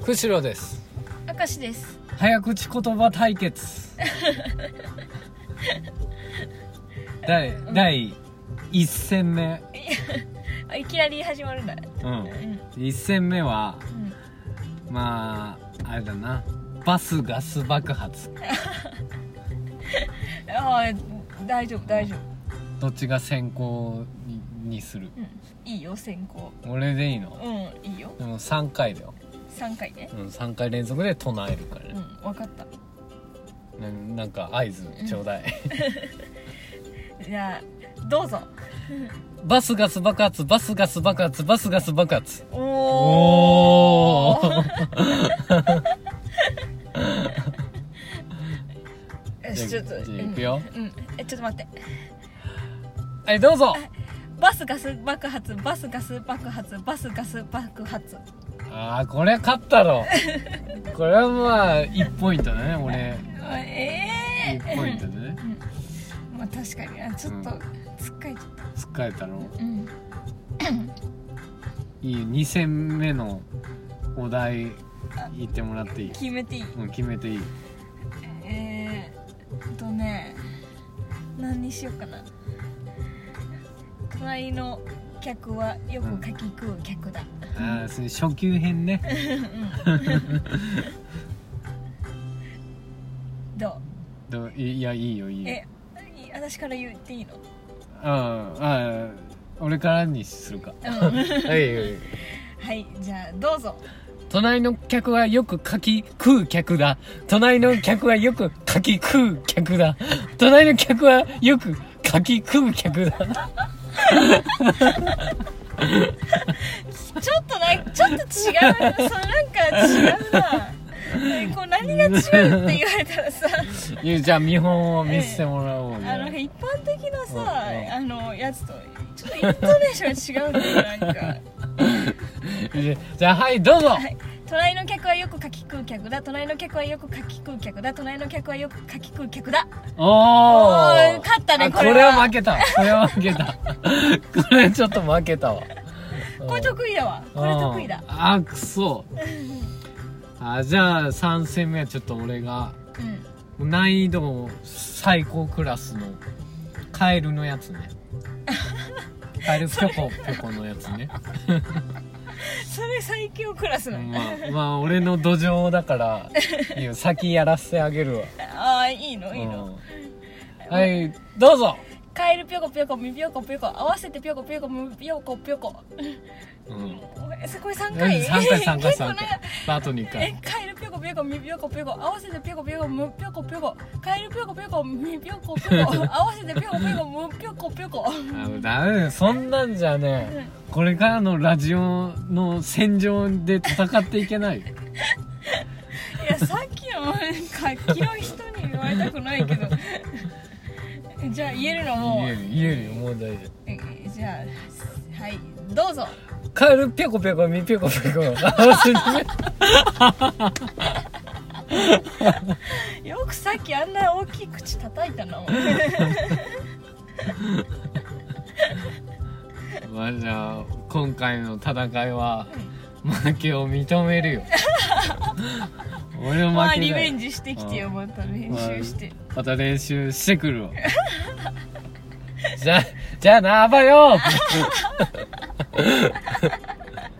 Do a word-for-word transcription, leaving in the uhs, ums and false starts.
釧路です。 明石です。 早口言葉対決第, 第一戦目いきなり始まるんだ。 うん、うん、一戦目は、うん、まああれだな、バスガス爆発ああ大丈夫大丈夫。 どっちが先行 に, にする、 うん、いいよ先行。 俺でいいの？ うんいいよ。 でもさんかいだよ。 さんかいね。 うんさんかい連続で唱えるからね。 うん分かった。 な, なんか合図ちょうだい、 うん、じゃあどうぞ。 バスガス爆発バスガス爆発バスガス爆発。 おおおよしちょっといくよ、 うん、うん、えちょっと待って。 はいどうぞ。 バスガス爆発バスガス爆発バスガス爆発。 ああこれ勝ったろこれはまあいちポイントだね俺。 ええー、 いちポイントでね、 うん、まあ確かにちょっとつっかえちゃった。 つっかえたろ、 うん、 いいよに戦目のお題言ってもらっていい？ 決めていい？ うん決めていい。 えーっとね何にしようかな。隣の客はよくかき食う客だ、 うん、ああそれ初級編ねどう？ どう？いやいいよいいよ。 え私から言っていいの？ ああ俺からにするか、うん、はいはいはいじゃあどうぞ。 隣の客はよくかき食う客だ。隣の客はよくかき食う客だ。隣の客はよくかき食う客だちょっとなちょっと違う。それなんか違うな。こう何が違うって言われたらさいやじゃあ見本を見せてもらおうよ、 あの一般的なさあのやつとちょっとイントネーションが違うんだよなんかじゃあはいどうぞ、はい、 隣の客はよくかき食う客だ。隣の客はよくかき食う客だ。隣の客はよくかき食う客だ。 おー勝ったね。これはこれは負けたこれは負けたこれちょっと負けたわ。 これ得意だわ。これ得意だ。 あくそあじゃあさん戦目はちょっと俺が、うん、難易度最高クラスのカエルのやつねカエルぴょこぴょこのやつねそれ最強クラスなの。 まあまあ俺の土壌だからいいよ先やらせてあげるわ。 ああいいのいいの、 うん、はいどうぞ。 カエルぴょこぴょこみぴょこぴょこ合わせてぴょこぴょこみぴょこぴょこ。うん、これさんかいさんかいさんかいさんかいあとにかい。 カエルぴょこぴょこみぴょこぴょこ合わせてぴょこぴょこむぴょこぴょこ。カエルぴょこぴょこみぴょこぴょこ合わせてぴょこぴょこむぴょこぴょこ。 あダメそんなんじゃねこれからのラジオの戦場で戦っていけない。いやさっきの活気の人に言われたくないけどじゃあ言えるのも言える言えるよもう大丈夫。じゃあはいどうぞ。 カエルぴょこぴょこみぴょこぴょこよくさっきあんな大きい口叩いたのまあじゃあ今回の戦いは負けを認めるよ俺の負けだよ。 まあリベンジしてきてよ。また練習して、 まあ、また練習してくるわじゃあじゃあなばよ